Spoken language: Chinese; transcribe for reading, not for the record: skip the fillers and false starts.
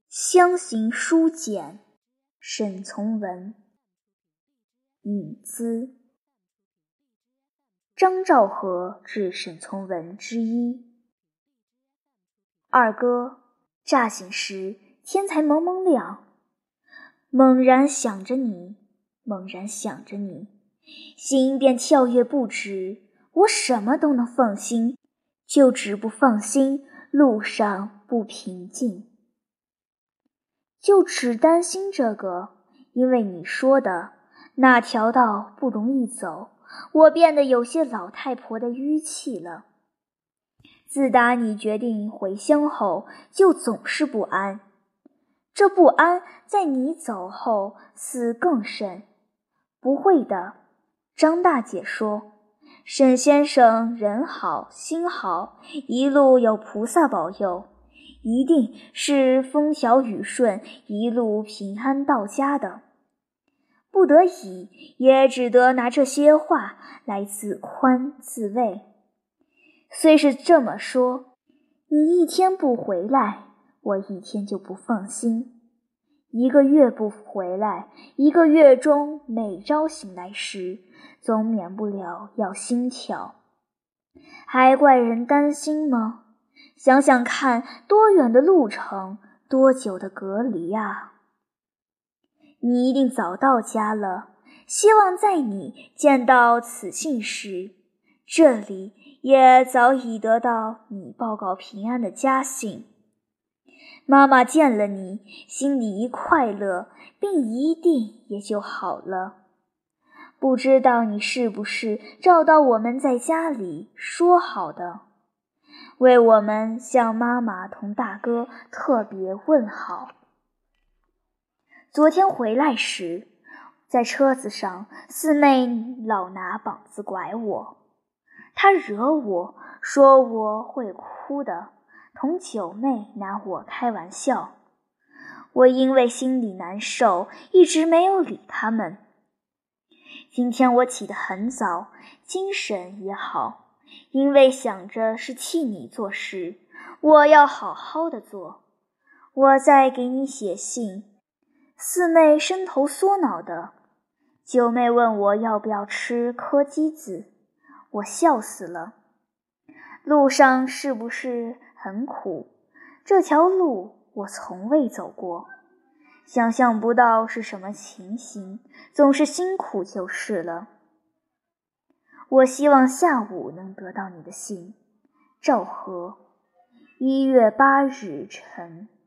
乡行书简，沈从文。引资。张兆和致沈从文之一。二哥，乍醒时天才蒙蒙亮，猛然想着你，猛然想着你，心便跳跃不止。我什么都能放心，就只不放心路上不平静，就只担心这个，因为你说的那条道不容易走，我变得有些老太婆的淤气了。自打你决定回乡后，就总是不安，这不安在你走后似更甚。不会的，张大姐说，沈先生人好心好，一路有菩萨保佑，一定是风调雨顺，一路平安到家的。不得已，也只得拿这些话来自宽自慰。虽是这么说，你一天不回来，我一天就不放心。一个月不回来，一个月中每朝醒来时，总免不了要心跳。还怪人担心吗？想想看，多远的路程，多久的隔离啊！你一定早到家了，希望在你见到此信时，这里也早已得到你报告平安的家信。妈妈见了你，心里一快乐，病一定也就好了。不知道你是不是照到我们在家里说好的，为我们向妈妈同大哥特别问好。昨天回来时，在车子上，四妹老拿膀子拐我，她惹我，说我会哭的，同九妹拿我开玩笑。我因为心里难受，一直没有理他们。今天我起得很早，精神也好，因为想着是替你做事，我要好好的做。我再给你写信。四妹伸头缩脑的，九妹问我要不要吃柯基子，我笑死了。路上是不是很苦？这条路我从未走过，想象不到是什么情形，总是辛苦就是了。我希望下午能得到你的信。赵和，1月8日晨。